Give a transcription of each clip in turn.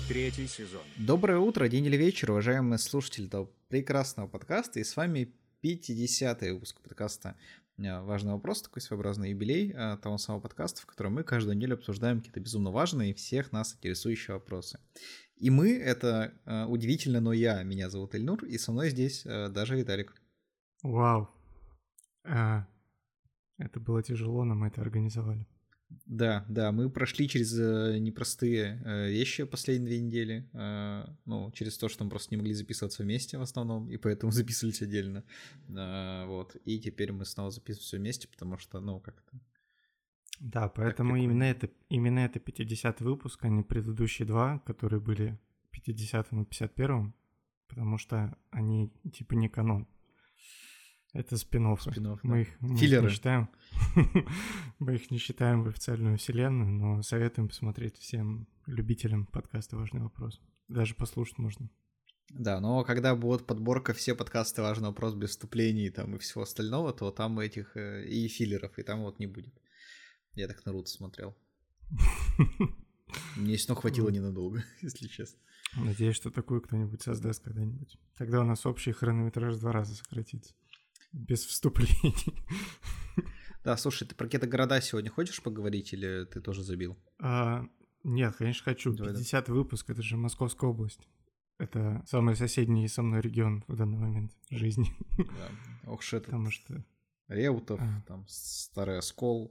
Третий сезон. Доброе утро, день или вечер, уважаемые слушатели этого прекрасного подкаста. И с вами 50-й выпуск подкаста «Важный вопрос», такой своеобразный юбилей того самого подкаста, в котором мы каждую неделю обсуждаем какие-то безумно важные и всех нас интересующие вопросы. И мы — это удивительно, но меня зовут Эльнур, и со мной здесь даже Виталик. Вау. Это было тяжело, но мы это организовали. Да, мы прошли через непростые вещи последние 2 недели, через то, что мы просто не могли записываться вместе в основном, и поэтому записывались отдельно, вот, и теперь мы снова записываемся вместе, потому что, как-то... Да, поэтому именно это 50-й выпуск, а не предыдущие 2, которые были 50-м и 51-м, потому что они типа не канон. Это спин-оффы. Мы их не считаем. Мы их не считаем в официальную вселенную, но советуем посмотреть всем любителям подкаста «Важный вопрос». Даже послушать можно. Да, но когда будет подборка все подкасты «Важный вопрос» без вступлений там, и всего остального, то там этих и филлеров, и там вот не будет. Я так Наруто смотрел. Мне снова хватило ненадолго, если честно. Надеюсь, что такую кто-нибудь создаст когда-нибудь. Тогда у нас общий хронометраж в 2 раза сократится. Без вступлений. Да, слушай, ты про какие-то города сегодня хочешь поговорить, или ты тоже забил? Нет, конечно, хочу. 50-й выпуск, это же Московская область. Это самый соседний со мной регион в данный момент жизни. Да, ох, что это. Потому что... Реутов, там Старый Оскол,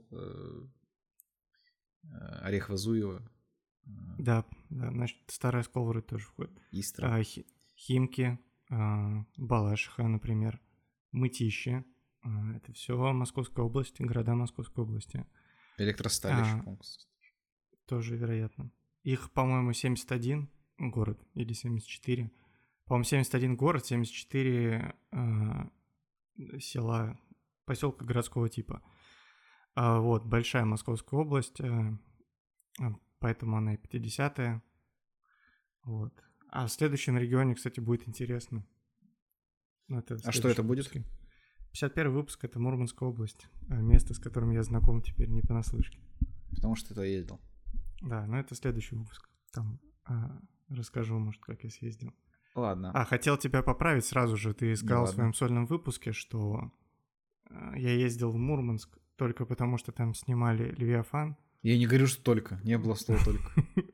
Орехово-Зуево. Да, значит, Старый Оскол вроде тоже входит. Истра. Химки, Балашиха, например, Мытищи. Это все Московская область, города Московской области. Электросталь еще, по-моему. Тоже вероятно. Их, по-моему, 71 город или 74. По-моему, 71 город, 74 села, поселка городского типа. Вот, большая Московская область, поэтому она и 50-я. Вот. А в следующем регионе, кстати, будет интересно. А что это будет? 51-й выпуск — это Мурманская область, место, с которым я знаком теперь не понаслышке. Потому что ты туда ездил. Да, но это следующий выпуск. Там расскажу, может, как я съездил. Ладно. Хотел тебя поправить сразу же. Ты сказал в своем сольном выпуске, что я ездил в Мурманск только потому, что там снимали «Левиафан». Я не говорю, что только. Не было слова «только».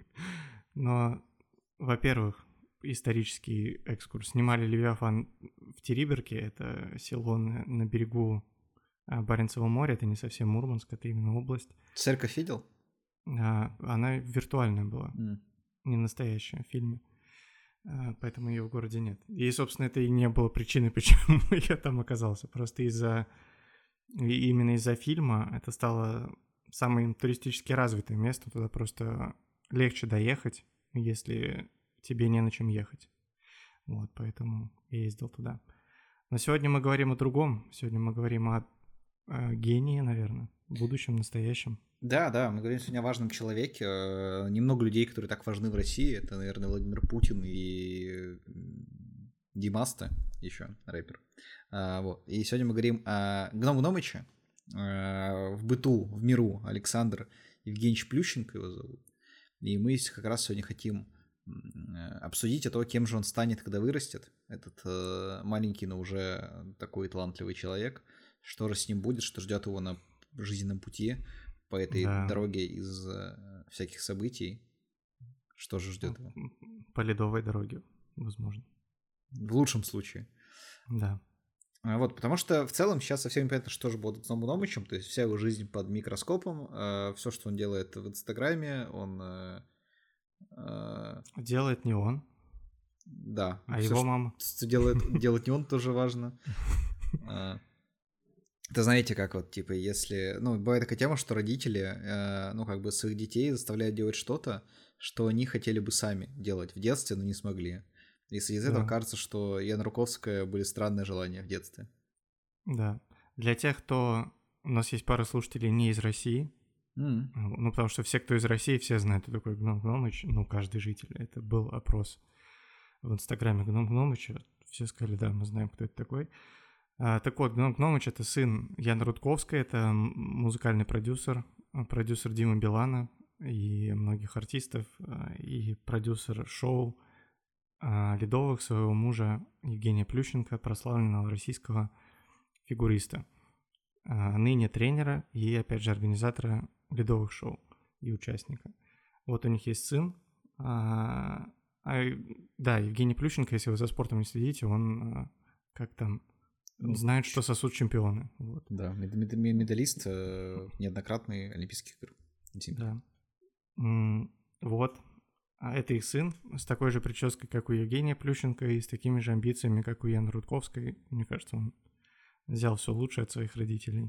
Но, во-первых, исторический экскурс. Снимали «Левиафан» в Териберке, это село на берегу Баренцева моря, это не совсем Мурманск, это именно область. Церковь видел? Она виртуальная была, не настоящая в фильме, поэтому ее в городе нет. И, собственно, это и не было причиной, почему я там оказался. Просто именно из-за фильма это стало самым туристически развитым местом, туда просто легче доехать, если тебе не на чем ехать. Вот, поэтому я ездил туда. Но сегодня мы говорим о другом. Сегодня мы говорим о гении, наверное, будущем, настоящем. Да, мы говорим сегодня о важном человеке. Немного людей, которые так важны в России. Это, наверное, Владимир Путин и Димаста, еще рэпер. Вот. И сегодня мы говорим о Гном Гномыче, в быту, в миру Александр Евгеньевич Плющенко его зовут. И мы как раз сегодня хотим обсудить то, кем же он станет, когда вырастет, этот маленький, но уже такой талантливый человек, что же с ним будет, что ждет его на жизненном пути по этой дороге из всяких событий, что же ждет его. По ледовой дороге, возможно. В лучшем случае. Да. Вот, потому что в целом сейчас совсем непонятно, что же будет с Гномом Гномычем, то есть вся его жизнь под микроскопом, все, что он делает в Инстаграме, он... Делает не он. Да. А его мама. Делать не он, тоже важно. Это знаете, как вот, типа, если... бывает такая тема, что родители, своих детей заставляют делать что-то, что они хотели бы сами делать в детстве, но не смогли. И из этого кажется, что Яна Руковская были странные желания в детстве. Да. Для тех, кто... У нас есть пара слушателей не из России. Потому что все, кто из России, все знают, кто такой Гном Гномыч. Каждый житель. Это был опрос в Инстаграме Гном Гномыча. Все сказали, да, мы знаем, кто это такой. Так вот, Гном Гномыч — это сын Яны Рудковской, это музыкальный продюсер Димы Билана. и многих артистов, и продюсер шоу ледовых своего мужа Евгения Плющенко, прославленного российского фигуриста, ныне тренера и, опять же, организатора ледовых шоу и участника. Вот у них есть сын. Да, Евгений Плющенко, если вы за спортом не следите, он как там знает, что сосут чемпионы. Вот. Да, медалист неоднократный Олимпийских игр. Да. Вот. А это их сын с такой же прической, как у Евгения Плющенко, и с такими же амбициями, как у Яны Рудковской. Мне кажется, он взял все лучшее от своих родителей.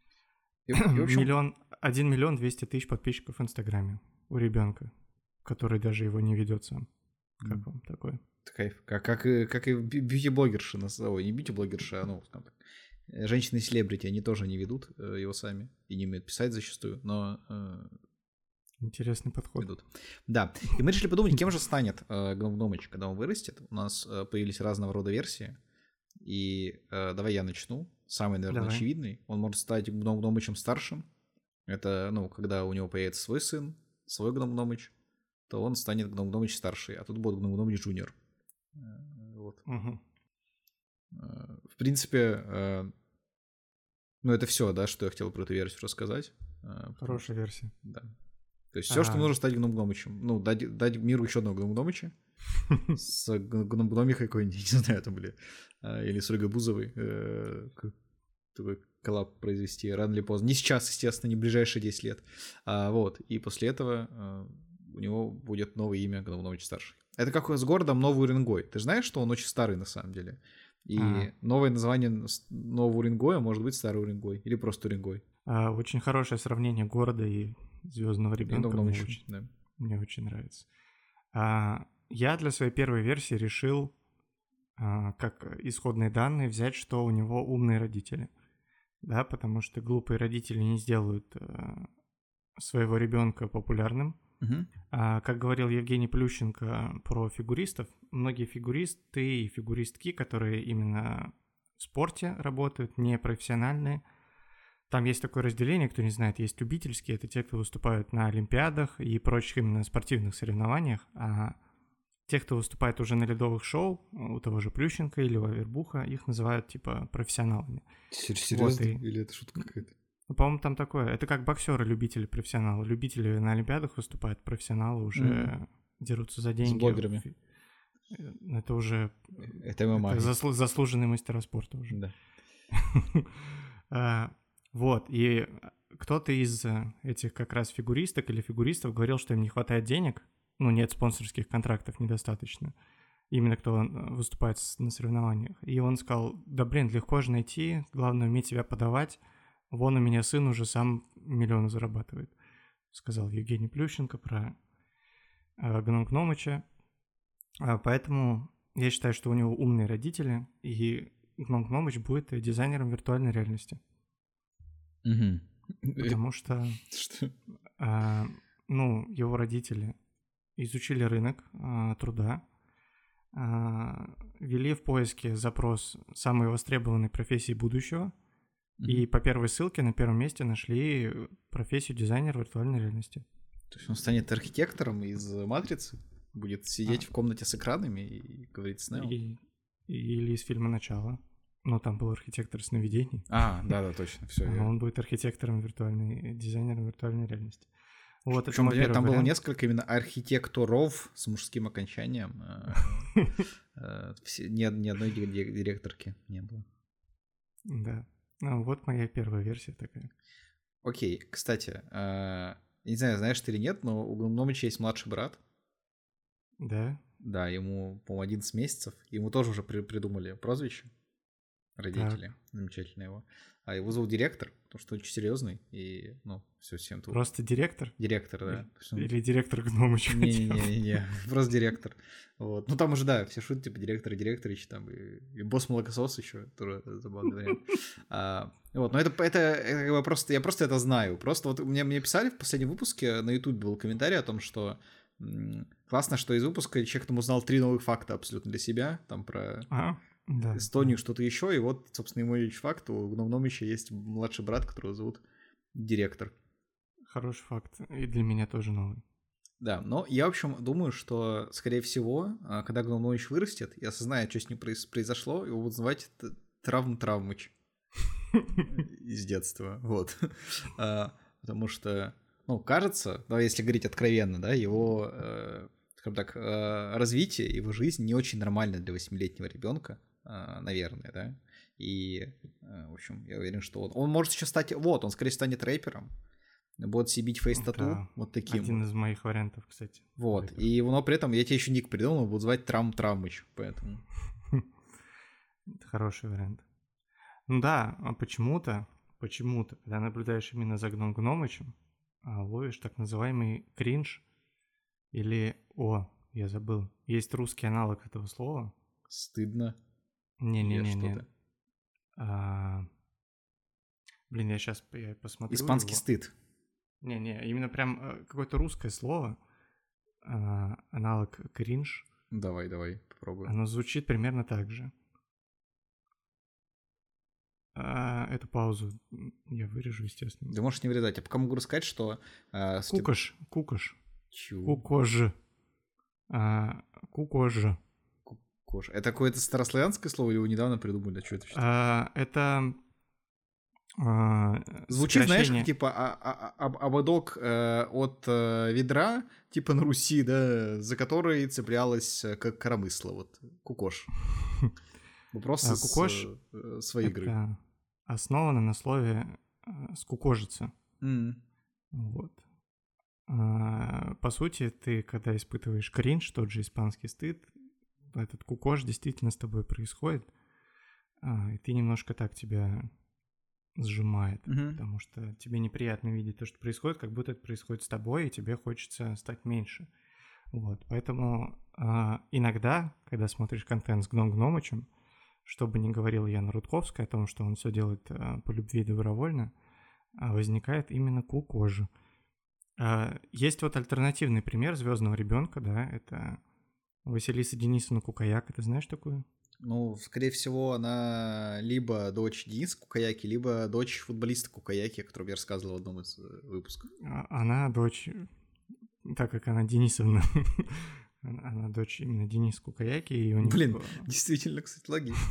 1 миллион 200 тысяч подписчиков в Инстаграме у ребенка, который даже его не ведет сам. Как вам такое? Кайф. Как и бьюти-блогерши, не бьюти-блогерши, а, ну, скажем так, женщины-селебрити, они тоже не ведут его сами и не умеют писать зачастую, но... Интересный подход. Ведут. Да, и мы решили подумать, кем же станет Гном Гномыч, когда он вырастет. У нас появились разного рода версии, и давай я начну. Самый, наверное, очевидный. Он может стать Гном Гномычем старшим. Это, ну, когда у него появится свой сын, свой Гном Гномыч, то он станет Гном Гномыч старший, а тут будет Гном Гномыч Джуниор. Вот. Угу. В принципе, ну, это все, да, что я хотел про эту версию рассказать. Хорошая версия. Да. То есть все, что нужно стать Гном Гномычем. Ну, дать миру еще одного Гном Гномыча с Гном Гномихой какой-нибудь, не знаю, там были, или с Ольгой Бузовой. Такой коллаб произвести рано или поздно. Не сейчас, естественно, не в ближайшие 10 лет. Вот. И после этого у него будет новое имя Гном Гномыч старший. Это как с городом Новый Уренгой. Ты же знаешь, что он очень старый на самом деле? И новое название Нового Уренгоя может быть Старый Уренгой или просто Уренгой. Очень хорошее сравнение города и Звездного ребенка. Да. Мне очень нравится. Я для своей первой версии решил, как исходные данные, взять, что у него умные родители. Да, потому что глупые родители не сделают своего ребенка популярным. Угу. Как говорил Евгений Плющенко про фигуристов, многие фигуристы и фигуристки, которые именно в спорте работают, не профессиональные, там есть такое разделение, кто не знает, есть любительские, это те, кто выступают на олимпиадах и прочих именно спортивных соревнованиях, а те, кто выступает уже на ледовых шоу, у того же Плющенко или у Авербуха, их называют типа профессионалами. Серьезно? Вот, или это шутка какая-то? Ну, по-моему, там такое. Это как боксеры, любители, профессионалы. Любители на олимпиадах выступают, профессионалы уже дерутся за деньги. С блогерами. Это уже... Это ММА. Это заслуженные мастера спорта уже. Да. Вот, и кто-то из этих как раз фигуристок или фигуристов говорил, что им не хватает денег, ну, нет спонсорских контрактов недостаточно, именно кто выступает на соревнованиях. И он сказал, да блин, легко же найти, главное уметь себя подавать, вон у меня сын уже сам миллионы зарабатывает, сказал Евгений Плющенко про Гном Гномыча. Поэтому я считаю, что у него умные родители, и Гном Гномыч будет дизайнером виртуальной реальности. Угу. Потому что, его родители изучили рынок труда, ввели в поиске запрос самой востребованной профессии будущего, и по первой ссылке на первом месте нашли профессию дизайнера виртуальной реальности. То есть он станет архитектором из «Матрицы», будет сидеть в комнате с экранами и говорить с Нео? Или из фильма «Начало». Ну, там был архитектор сновидений. Да, точно, все. Он будет архитектором дизайнером виртуальной реальности. Вот, причем там было несколько именно архитекторов с мужским окончанием. Ни одной директорки не было. Да. Ну, вот моя первая версия такая. Окей, кстати, не знаю, знаешь ты или нет, но у Гномыча есть младший брат. Да? Да, ему, по-моему, 11 месяцев. Ему тоже уже придумали прозвище. Родители. Так. Замечательно его. А его зовут директор, потому что очень серьезный и, все всем тут. Просто директор? Директор, да. Или директор Гномыча? Не, просто директор. Вот. Ну, там уже, да, все шутят, типа, директорыч, там, и босс-молокосос еще, тоже забавный вариант. Вот, но это просто, я просто это знаю. Просто вот мне писали в последнем выпуске, на YouTube был комментарий о том, что классно, что из выпуска человек там узнал 3 новых факта абсолютно для себя, там, про... Да. Эстонию, что-то еще, и вот, собственно, и мой факт, у Гном Гномыча есть младший брат, которого зовут директор. Хороший факт. И для меня тоже новый. Да, но я, в общем, думаю, что, скорее всего, когда Гном Гномыч вырастет и осознает, что с ним произошло, его будут называть Травмыч из детства, вот. Потому что, ну, кажется, да, если говорить откровенно, да, его, скажем так, развитие, его жизнь не очень нормальна для 8-летнего ребенка, наверное, да. И, в общем, я уверен, что он может еще стать, вот, он скорее станет рэпером, будет себе бить фейс-тату, да, вот таким. Один из моих вариантов, кстати. Вот, рэпер. И, но при этом я тебе еще ник придумал, буду звать Травмыч, поэтому. Это хороший вариант. Ну да, а почему-то, когда наблюдаешь именно за Гном Гномычем, ловишь так называемый кринж или, я забыл, есть русский аналог этого слова. Стыдно. Не-не-не. Блин, я сейчас посмотрю. Испанский его. стыд. Не-не, именно прям какое-то русское слово, аналог кринж. Давай, попробуем. Оно звучит примерно так же. Эту паузу я вырежу, естественно. Да можешь не вырезать. Я пока могу рассказать, что... Кукош. Чё? Кукож. Это какое-то старославянское слово или его недавно придумали? Что это? Это... Звучит, знаешь, как типа ободок от ведра, типа на Руси, да, за который цеплялась как коромысло. Вот, кукош. Вопрос кукош своей игры. Это основано на слове скукожиться. Вот. По сути, ты, когда испытываешь кринж, тот же испанский стыд, этот кукош действительно с тобой происходит, и ты немножко так тебя сжимает, потому что тебе неприятно видеть то, что происходит, как будто это происходит с тобой, и тебе хочется стать меньше. Вот, поэтому иногда, когда смотришь контент с Гном Гномычем, что бы ни говорила Яна Рудковская о том, что он все делает по любви и добровольно, возникает именно кукожа. Есть вот альтернативный пример звездного ребенка, да, это Василиса Денисовна Кукаяка, ты знаешь такую? Ну, скорее всего, она либо дочь Дениса Кукаяки, либо дочь футболиста Кукаяки, о котором я рассказывал в одном из выпусков. Она дочь, так как она Денисовна, она дочь именно Дениса Кукаяки. И у них... Блин, действительно, кстати, логично.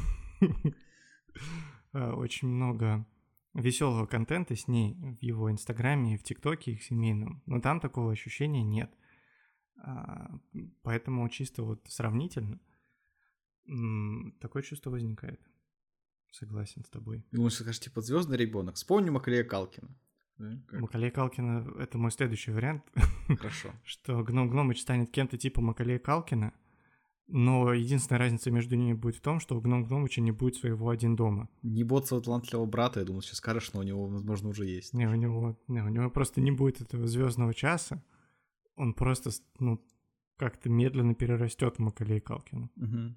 Очень много веселого контента с ней в его инстаграме и в тиктоке их семейном, но там такого ощущения нет. Поэтому чисто вот сравнительно такое чувство возникает. Согласен с тобой. Думаешь, скажешь, типа, звездный ребенок. Вспомни Макалея Калкина. Макалея Калкина — это мой следующий вариант. Хорошо. Что Гном Гномыч станет кем-то типа Макалея Калкина, но единственная разница между ними будет в том, что у Гном Гномыча не будет своего один дома. Не боцого талантливого брата, я думал, сейчас скажешь, но у него, возможно, уже есть. Не, у него просто не будет этого звездного часа. Он просто, как-то медленно перерастет в Макалея Калкина.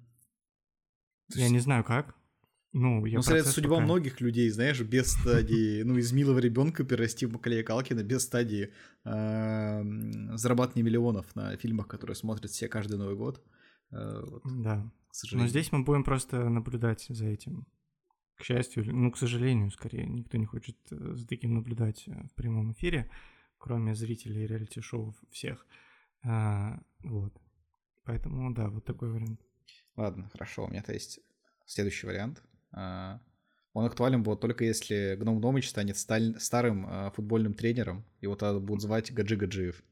Я не знаю как. Это судьба многих людей, знаешь, без стадии, из милого ребенка перерасти в Макалея Калкина, без стадии зарабатывания миллионов на фильмах, которые смотрят все каждый Новый год. Да. Но здесь мы будем просто наблюдать за этим. К счастью, к сожалению, скорее, никто не хочет за таким наблюдать в прямом эфире, кроме зрителей реалити-шоу всех. Вот. Поэтому, да, вот такой вариант. Ладно, хорошо, у меня-то есть следующий вариант. Он актуален будет только если Гном Гномыч станет старым футбольным тренером, его тогда будут звать Гаджи Гаджиев.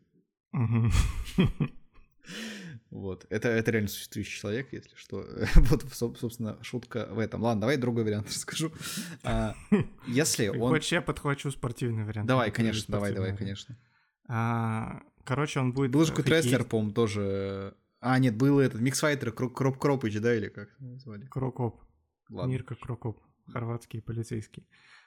Вот, это реально существующий человек, если что. Вот, собственно, шутка в этом. Ладно, давай другой вариант расскажу. Если он... Хочешь, я подхвачу спортивный вариант? Давай, конечно, давай, конечно. Короче, он будет... Был же какой-то рестлер, по-моему, тоже... нет, был этот Миксфайтер Кропыч, да, или как его назвали? Крокоп. Мирка Крокоп, хорватский полицейский.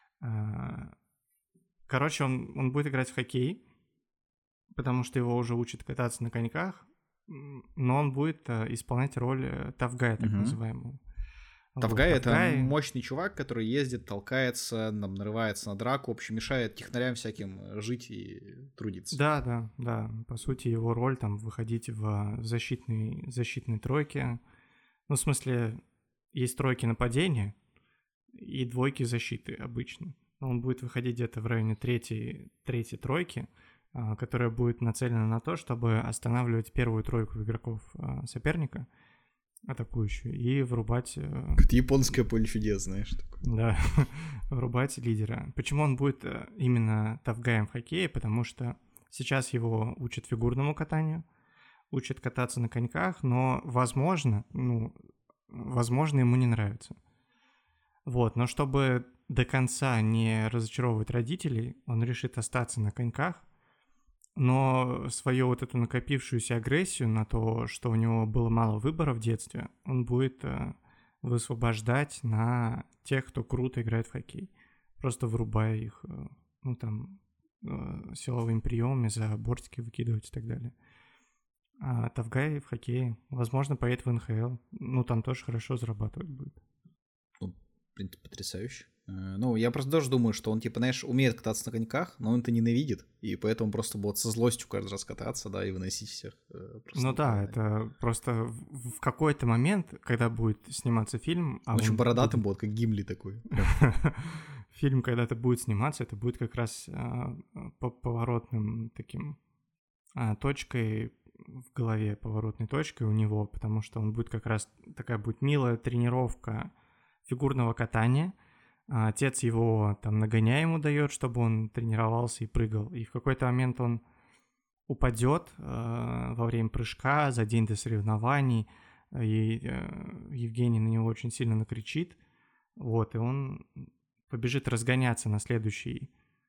Короче, он будет играть в хоккей, потому что его уже учат кататься на коньках, но он будет исполнять роль тавгая, так называемого. Тавгай — это мощный чувак, который ездит, толкается, нарывается на драку, в общем, мешает технарям всяким жить и трудиться. Да. По сути, его роль там выходить в защитной тройке. В смысле, есть тройки нападения и двойки защиты обычно. Он будет выходить где-то в районе третьей тройки, которая будет нацелена на то, чтобы останавливать первую тройку игроков соперника, атакующую, и врубать... Это японское поле чудес, знаешь. Такое. Да, врубать лидера. Почему он будет именно тавгаем в хоккее? Потому что сейчас его учат фигурному катанию, учат кататься на коньках, но, возможно, ему не нравится. Вот, но чтобы до конца не разочаровывать родителей, он решит остаться на коньках, но свою вот эту накопившуюся агрессию на то, что у него было мало выбора в детстве, он будет высвобождать на тех, кто круто играет в хоккей, просто врубая их, силовыми приемами, за бортики выкидывать и так далее. А Тавгай в хоккее, возможно, поедет в НХЛ, там тоже хорошо зарабатывать будет. В принципе, потрясающе. Я просто тоже думаю, что он, умеет кататься на коньках, но он это ненавидит, и поэтому просто будет со злостью каждый раз кататься, да, и выносить всех. Это просто в какой-то момент, когда будет сниматься фильм... Очень бородатым будет, как Гимли такой. Фильм, когда это будет сниматься, это будет как раз поворотным таким точкой в голове, поворотной точкой у него, потому что он будет как раз такая будет милая тренировка фигурного катания. Отец его там нагоняя ему дает, чтобы он тренировался и прыгал. И в какой-то момент он упадет во время прыжка за день до соревнований, и Евгений на него очень сильно накричит. Вот, и он побежит разгоняться на следующий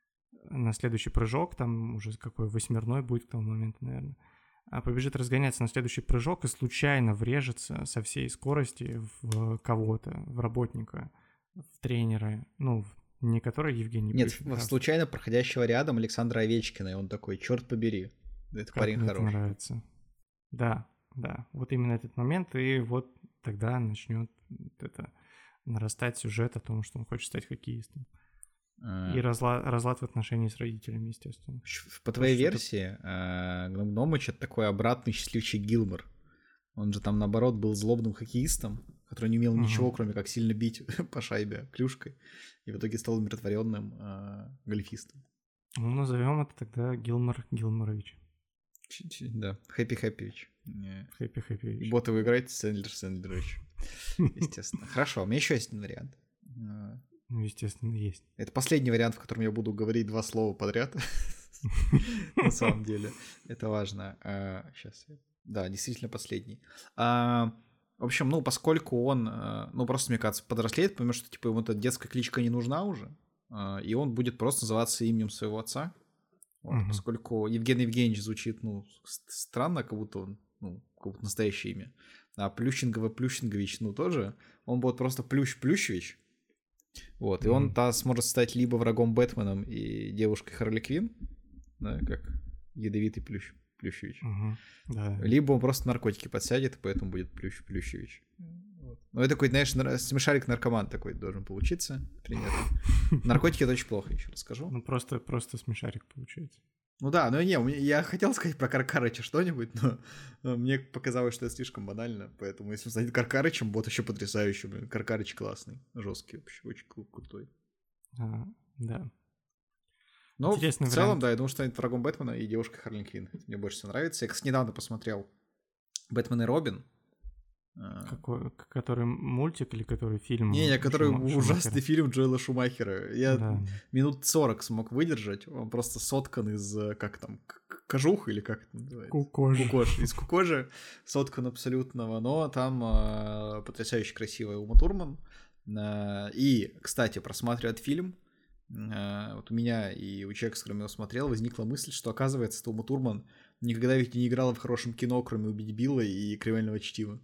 прыжок, там уже какой восьмерной будет к тому моменту, наверное. Побежит разгоняться на следующий прыжок и случайно врежется со всей скорости в кого-то, в работника, в тренера, не который Евгений... Нет, случайно проходящего рядом Александра Овечкина, и он такой, черт побери, это как парень хороший. Мне нравится. Да, вот именно этот момент, и вот тогда начнет это нарастать сюжет о том, что он хочет стать хоккеистом. И разлад в отношении с родителями, естественно. По твоей версии, Гномыч — это такой обратный счастливчик Гилмор. Он же там, наоборот, был злобным хоккеистом, который не умел ничего, кроме как сильно бить по шайбе клюшкой, и в итоге стал умиротворенным гольфистом. Назовем это тогда Гилмор Гилморович. Да, Хэппи-Хэппивич. Хэппи-Хэппивич. И бота вы играете Сэндлерович. Естественно. Хорошо, у меня еще есть один вариант. Естественно, есть. Это последний вариант, в котором я буду говорить два слова подряд. На самом деле. Это важно. Сейчас. Да, действительно последний. В общем, поскольку он, просто, мне кажется, подрослеет, потому что, ему эта детская кличка не нужна уже, и он будет просто называться именем своего отца. Поскольку Евгений Евгеньевич звучит, странно, как будто он, как будто настоящее имя. А Плющенгович, тоже. Он будет просто Плющевич. Вот, и он сможет стать либо врагом Бэтменом и девушкой Харли Квинн, да, как ядовитый Плющевич, да. Либо он просто наркотики подсядет, и поэтому будет Плющевич. Вот. Это такой, знаешь, смешарик-наркоман такой должен получиться, примерно. Наркотики — это очень плохо, еще расскажу. Просто смешарик получается. Я хотел сказать про Каркарыча что-нибудь, но мне показалось, что это слишком банально, поэтому если он станет Каркарычем, бот еще потрясающий, Каркарыч классный, жесткий вообще, очень крутой. Да. Но в целом, да, я думаю, что станет врагом Бэтмена и девушкой Харли Квинн. Это мне больше всего нравится. Я, кстати, недавно посмотрел «Бэтмен и Робин». Который мультик или который фильм? Который ужасный фильм Джоэла Шумахера. Я минут 40 смог выдержать. Он просто соткан из, кожух или как это называется? Из кукожи соткан абсолютного, но там потрясающе красивая Ума Турман. И, кстати, просматривая фильм, вот у меня и у человека, с которым я его смотрел, возникла мысль, что, оказывается, что Ума Турман никогда ведь не играла в хорошем кино, кроме «Убить Билла» и «Криминального чтива».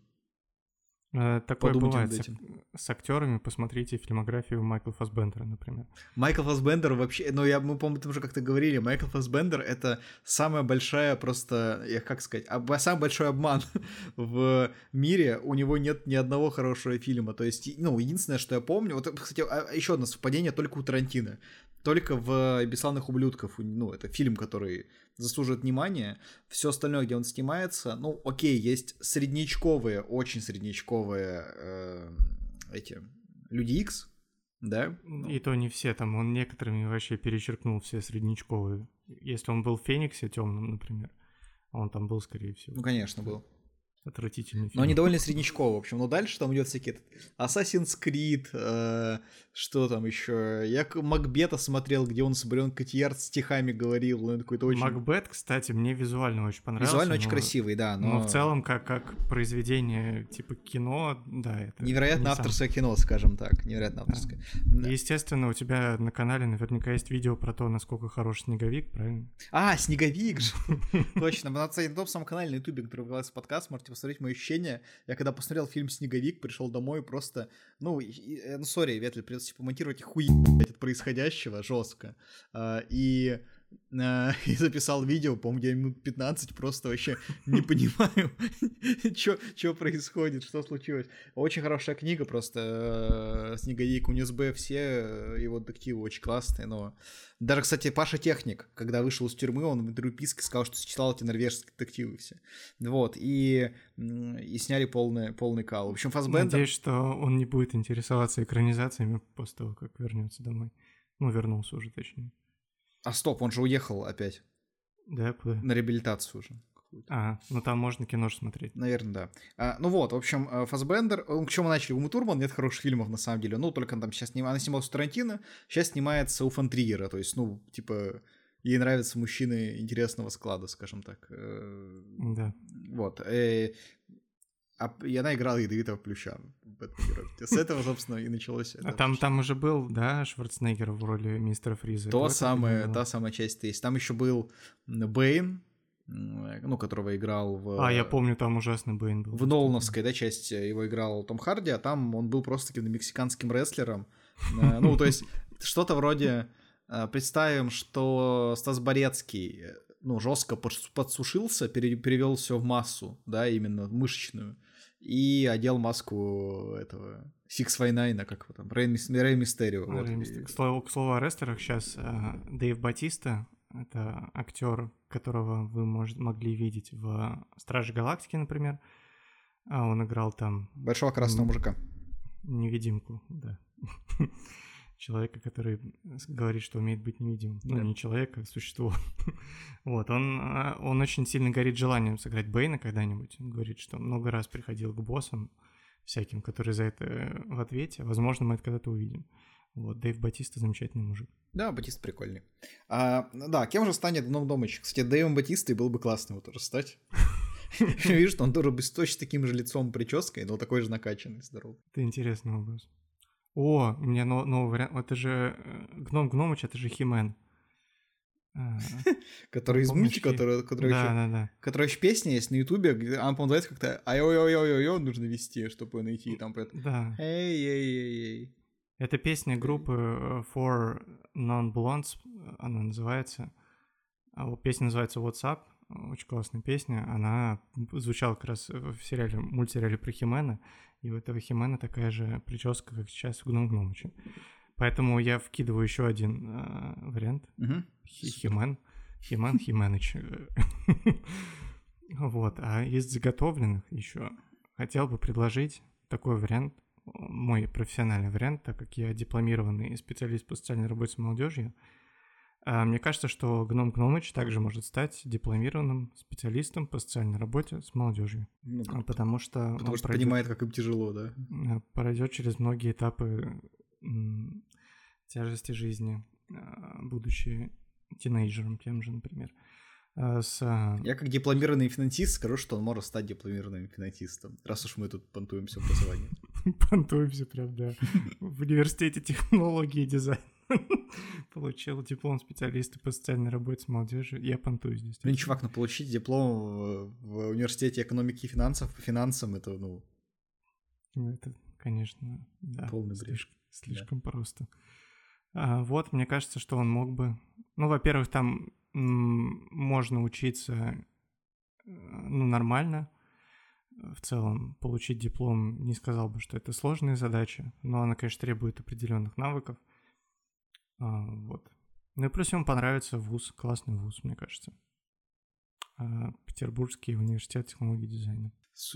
Такое бывает с актерами. Посмотрите фильмографию Майкла Фассбендера, например. Майкл Фассбендер вообще... мы, по-моему, это уже как-то говорили. Майкл Фассбендер — это самая большая просто... самый большой обман в мире. У него нет ни одного хорошего фильма. То есть, единственное, что я помню... Вот, кстати, еще одно совпадение только у Тарантино. Только в «Бесславных ублюдках», это фильм, который заслуживает внимания. Все остальное, где он снимается, окей, есть среднячковые, очень среднячковые эти Люди Икс, Да? И то не все, там он некоторыми вообще перечеркнул все среднячковые. Если он был в «Фениксе» темным, например, он там был, скорее всего. Ну, конечно, был. Отвратительный фильм. Но они довольно среднячковые, в общем. Но дальше там идет всякие Assassin's Creed, что там еще. Я Макбета смотрел, где он с Брион Котийяр стихами говорил. Он какой-то очень... Макбет, кстати, мне визуально очень понравился. Визуально очень красивый, да. Но в целом, как произведение типа кино, да, это... Невероятно авторское кино, скажем так. Невероятно авторское. Да. Естественно, у тебя на канале наверняка есть видео про то, насколько хорош Снеговик, правильно? Снеговик же! Точно. На том самом канале на Ютубе, который называется подкаст, можете посмотреть мои ощущения. Я когда посмотрел фильм «Снеговик», пришел домой просто... сори, Ветль, придется помонтировать от происходящего жестко. И записал видео, по-моему, где минут 15, просто вообще не понимаю, что происходит, что случилось. Очень хорошая книга, просто «Снеговик», у НСБ все его детективы очень классные, но... Даже, кстати, Паша Техник, когда вышел из тюрьмы, он в интервью Писке сказал, что читал эти норвежские детективы все. Вот, и сняли полный кал. В общем, Фассбендер... Надеюсь, что он не будет интересоваться экранизациями после того, как вернется домой. Вернулся уже, точнее. Стоп, он же уехал опять. Да, куда? На реабилитацию уже. Там можно кино смотреть. Наверное, да. В общем, Фассбендер, к чему начали? Ума Турман, нет хороших фильмов, на самом деле. Только он там сейчас она снималась у Тарантино, сейчас снимается у фон Триера, то есть, ей нравятся мужчины интересного склада, скажем так. Да. Вот. И она играла ядовитого плюща в этом герое. С этого, собственно, и началось. Там уже был, да, Шварценеггер в роли мистера Фриза? Та самая часть есть. Там еще был Бэйн, которого играл в... я помню, там ужасный Бэйн был. В Нолановской, да, части его играл Том Харди, а там он был просто таким мексиканским рестлером. То есть что-то вроде... Представим, что Стас Борецкий, жестко подсушился, перевел все в массу, да, именно мышечную, и одел маску этого Сикс-Вайнайна, как его там, Рэй Мистерио. К слову о рестлерах, сейчас Дэйв Батиста, это актер, которого вы могли видеть в «Страже Галактики», например. Он играл там... Большого красного мужика. Невидимку, да. Человека, который говорит, что умеет быть невидимым. Не человек, а существо. Вот, он очень сильно горит желанием сыграть Бэйна когда-нибудь. Он говорит, что много раз приходил к боссам всяким, которые за это в ответе. Возможно, мы это когда-то увидим. Вот, Дэйв Батиста замечательный мужик. Да, Батиста прикольный. Да, кем же станет Гном Домыч? Кстати, Дэйвом Батистой было бы классно его тоже стать. Видишь, он тоже бы точно таким же лицом, прической, но такой же накачанный, здоровый. Это интересный образ. У меня новый вариант. Это же Гном Гномыч, это же Хи-Мэн. Который из мультика, который еще песня есть на Ютубе, где она, по-моему, называется как-то «Ай-ой-ой-ой-ой» нужно вести, чтобы найти там. Да. Эй-эй-эй-эй. Это песня группы Four Non-Blondes, она называется. Песня называется «What's Up». Очень классная песня. Она звучала как раз в мультсериале про Хи-Мэна. И у этого Хи-Мэна такая же прическа, как сейчас у Гном Гномыча. Поэтому я вкидываю еще один вариант. Хи-Мэн. Хи-Мэныч. Вот. А из заготовленных еще хотел бы предложить такой вариант. Мой профессиональный вариант, так как я дипломированный специалист по социальной работе с молодежью. Мне кажется, что Гном Гномыч также может стать дипломированным специалистом по социальной работе с молодежью. Потому что понимает, как им тяжело, да? Пройдет через многие этапы тяжести жизни, будучи тинейджером тем же, например. Я как дипломированный финансист скажу, что он может стать дипломированным финансистом, раз уж мы тут понтуемся в образовании. Понтуемся, прям, да. В университете технологии и дизайна. Получил диплом специалиста по социальной работе с молодежью. Я понтую здесь. Блин, чувак, получить диплом в университете экономики и финансов по финансам, это, это, конечно, да. Полный бред. Слишком просто. Вот, мне кажется, что он мог бы... во-первых, там можно учиться, нормально. В целом, получить диплом, не сказал бы, что это сложная задача, но она, конечно, требует определенных навыков. Вот. И плюс ему понравится вуз, классный вуз, мне кажется. Петербургский университет технологий и дизайна. Супер.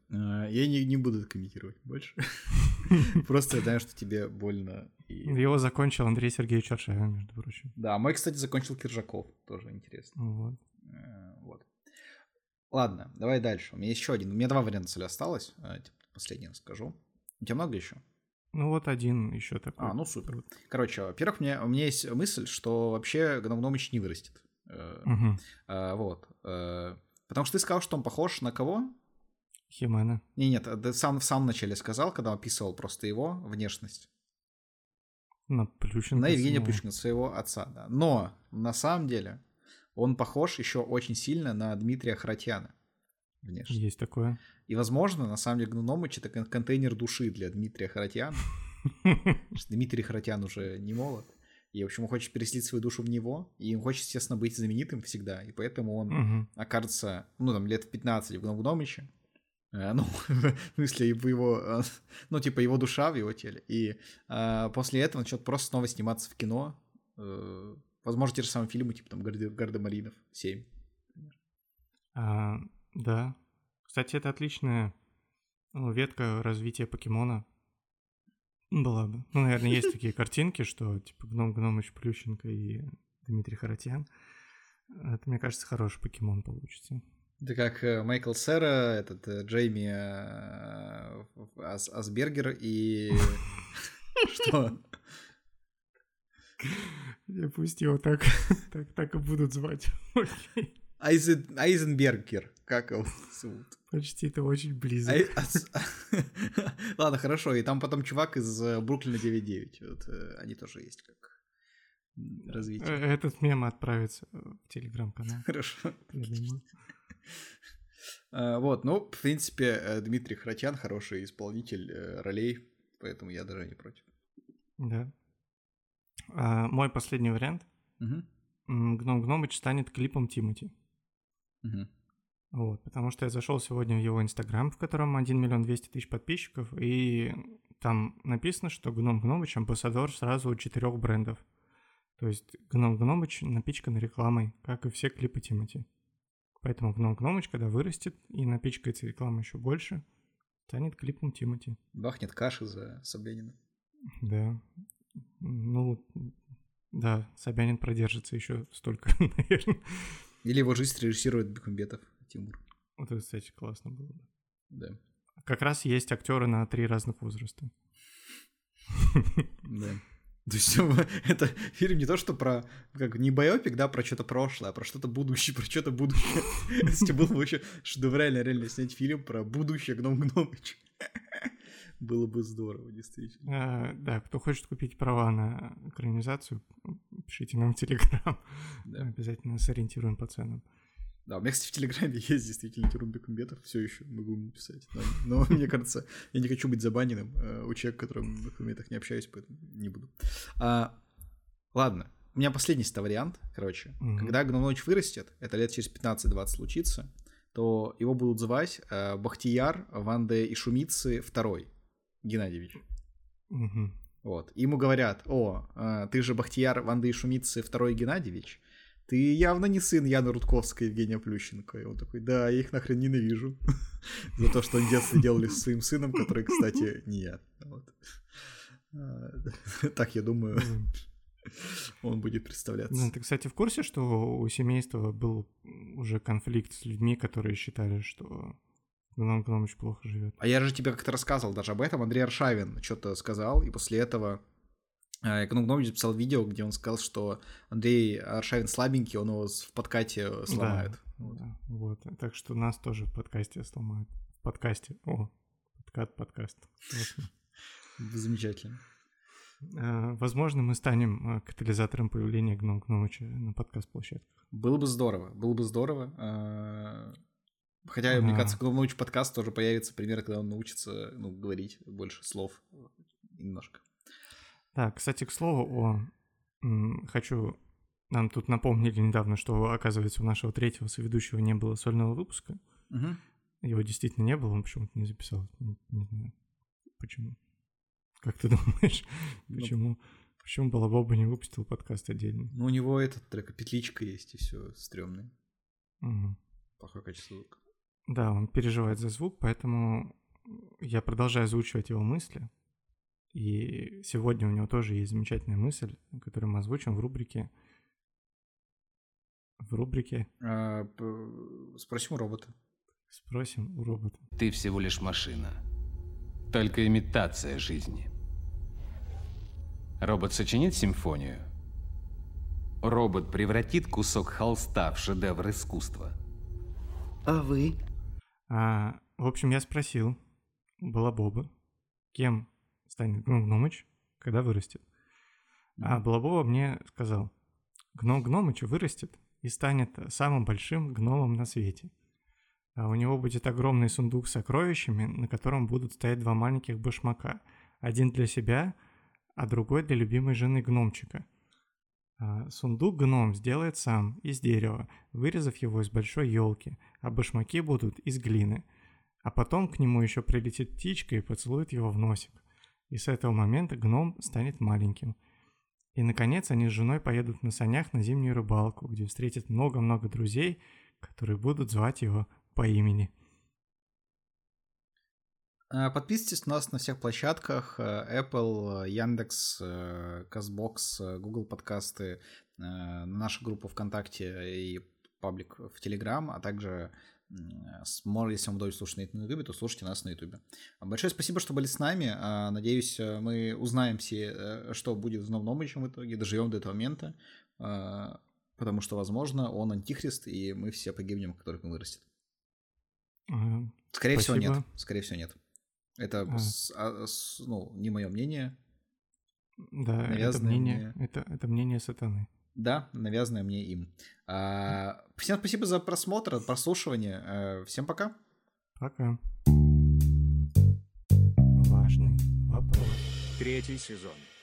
Я не буду это комментировать больше. Просто я знаю, что тебе больно. Его закончил Андрей Сергеевич Аршавин, между прочим. Да, мой, кстати, закончил Киржаков. Тоже интересно. Вот. Ладно, давай дальше. У меня еще один. У меня 2 варианта осталось. Последний расскажу. У тебя много еще? Ну вот один еще такой. Ну супер. Короче, во-первых, у меня есть мысль, что вообще Гном Гномыч не вырастет. Вот. Потому что ты сказал, что он похож на кого? Химена. Нет, ты в самом начале сказал, когда описывал просто его внешность. На Плющенко. На Евгения Плющенко, своего отца, да. Но на самом деле он похож еще очень сильно на Дмитрия Харатьяна. Внешне. Есть такое. И, возможно, на самом деле Гномыч — это контейнер души для Дмитрия Харатьяна. Дмитрий Харатьян уже не молод. И, в общем, он хочет переселить свою душу в него, и он хочет, естественно, быть знаменитым всегда. И поэтому он окажется, лет в 15 в Гномыче. В смысле, его, его душа в его теле. И после этого начнет просто снова сниматься в кино. Возможно, те же самые фильмы, типа там «Гардемаринов 7». Да. Кстати, это отличная ветка развития покемона. Была бы. Наверное, есть такие картинки, что типа Гномыч, Плющенко и Дмитрий Харатьян. Это, мне кажется, хороший покемон получится. Это как Майкл Сера, Джейми Асбергер и... Что? Я пусть его так и будут звать. Айзенбергер. Как его зовут? Почти, это очень близко. Ладно, хорошо. И там потом чувак из Бруклина 9.9. Вот, они тоже есть как развитие. Этот мем отправится в телеграм-канал. Хорошо. Вот, в принципе, Дмитрий Харатьян хороший исполнитель ролей, поэтому я даже не против. Да. Мой последний вариант. Гном Гномыч станет клипом Тимати. Вот, потому что я зашел сегодня в его Инстаграм, в котором 1 200 000 подписчиков, и там написано, что Гном Гномыч амбассадор сразу у 4 брендов. То есть Гном Гномыч напичкан рекламой, как и все клипы Тимати. Поэтому Гном Гномыч, когда вырастет и напичкается рекламой еще больше, станет клипом Тимати. Бахнет каши за Собянина. Да. Да, Собянин продержится еще столько, наверное. Или его жизнь режиссирует Бекмамбетов Тимур. Вот это, кстати, классно было бы. Да. Как раз есть актеры на 3 разных возраста. Да. То есть это фильм не то, что про, не байопик, да, про что-то прошлое, а про что-то будущее, Если было бы вообще шедеврально снять фильм про будущее Гном Гномыч. Было бы здорово, действительно. Да, кто хочет купить права на экранизацию, пишите нам в Телеграм. Да. Обязательно сориентируем по ценам. Да, у меня, кстати, в Телеграме есть действительно Тимур Бекмамбетов, все еще могу ему писать. Но мне кажется, я не хочу быть забаненным у человека, с которым я так не общаюсь, поэтому не буду. Ладно, у меня последний вариант, короче. Когда Гном Гномыч вырастет, это лет через 15-20 случится, то его будут звать Бахтияр Ванде Ишумицы II Геннадьевич. Вот. Ему говорят: ты же Бахтияр Ванде Ишумицы II Геннадьевич, ты явно не сын Яны Рудковской и Евгения Плющенко. И он такой: да, я их нахрен ненавижу. За то, что они в детстве делали со своим сыном, который, кстати, не я. Так, я думаю, он будет представляться. Ты, кстати, в курсе, что у семейства был уже конфликт с людьми, которые считали, что Гном Гномыч плохо живет? А я же тебе как-то рассказывал даже об этом. Андрей Аршавин что-то сказал, и после этого Гном Гномыч записал видео, где он сказал, что Андрей Аршавин слабенький, он его в подкасте сломает. Да, вот. Так что нас тоже в подкасте сломают. В подкасте. Подкаст. Замечательно. Возможно, мы станем катализатором появления Гном Гномыча на подкаст-площадках. Было бы здорово. Хотя, мне кажется, Гном Гномыч подкаст тоже появится примерно, когда он научится говорить больше слов немножко. Да, кстати, к слову, нам тут напомнили недавно, что, оказывается, у нашего 3-го соведущего не было сольного выпуска. Его действительно не было, он почему-то не записал. Не знаю, почему. Как ты думаешь, почему Балабоба не выпустил подкаст отдельно? У него петличка есть, и все стрёмное. Плохое качество звука. Да, он переживает за звук, поэтому я продолжаю озвучивать его мысли. И сегодня у него тоже есть замечательная мысль, которую мы озвучим в рубрике. Спросим у робота. Спросим у робота. Ты всего лишь машина. Только имитация жизни. Робот сочинит симфонию. Робот превратит кусок холста в шедевр искусства. А вы? В общем, я спросил Балабоба, кем станет Гном-Гномыч, когда вырастет. А Балабоба мне сказал, Гном-Гномыч вырастет и станет самым большим гномом на свете. У него будет огромный сундук с сокровищами, на котором будут стоять 2 маленьких башмака. Один для себя, а другой для любимой жены гномчика. Сундук гном сделает сам, из дерева, вырезав его из большой елки, а башмаки будут из глины. А потом к нему еще прилетит птичка и поцелует его в носик. И с этого момента гном станет маленьким. И, наконец, они с женой поедут на санях на зимнюю рыбалку, где встретят много-много друзей, которые будут звать его по имени. Подписывайтесь на нас на всех площадках: Apple, Яндекс, Castbox, Google подкасты, на нашу группу ВКонтакте и паблик в Telegram, а также, если вам удобно слушать на YouTube, то слушайте нас на YouTube. Большое спасибо, что были с нами. Надеюсь, мы узнаем все, что будет с Гном-Гномычем в итоге, доживем до этого момента, потому что, возможно, он антихрист, и мы все погибнем, как только он вырастет. Скорее всего, нет. Скорее всего, нет. Это не мое мнение. Да, это мнение сатаны. Да, навязанное мне им. Всем спасибо за просмотр, прослушивание. Всем пока. Пока. Важный вопрос. 3-й сезон.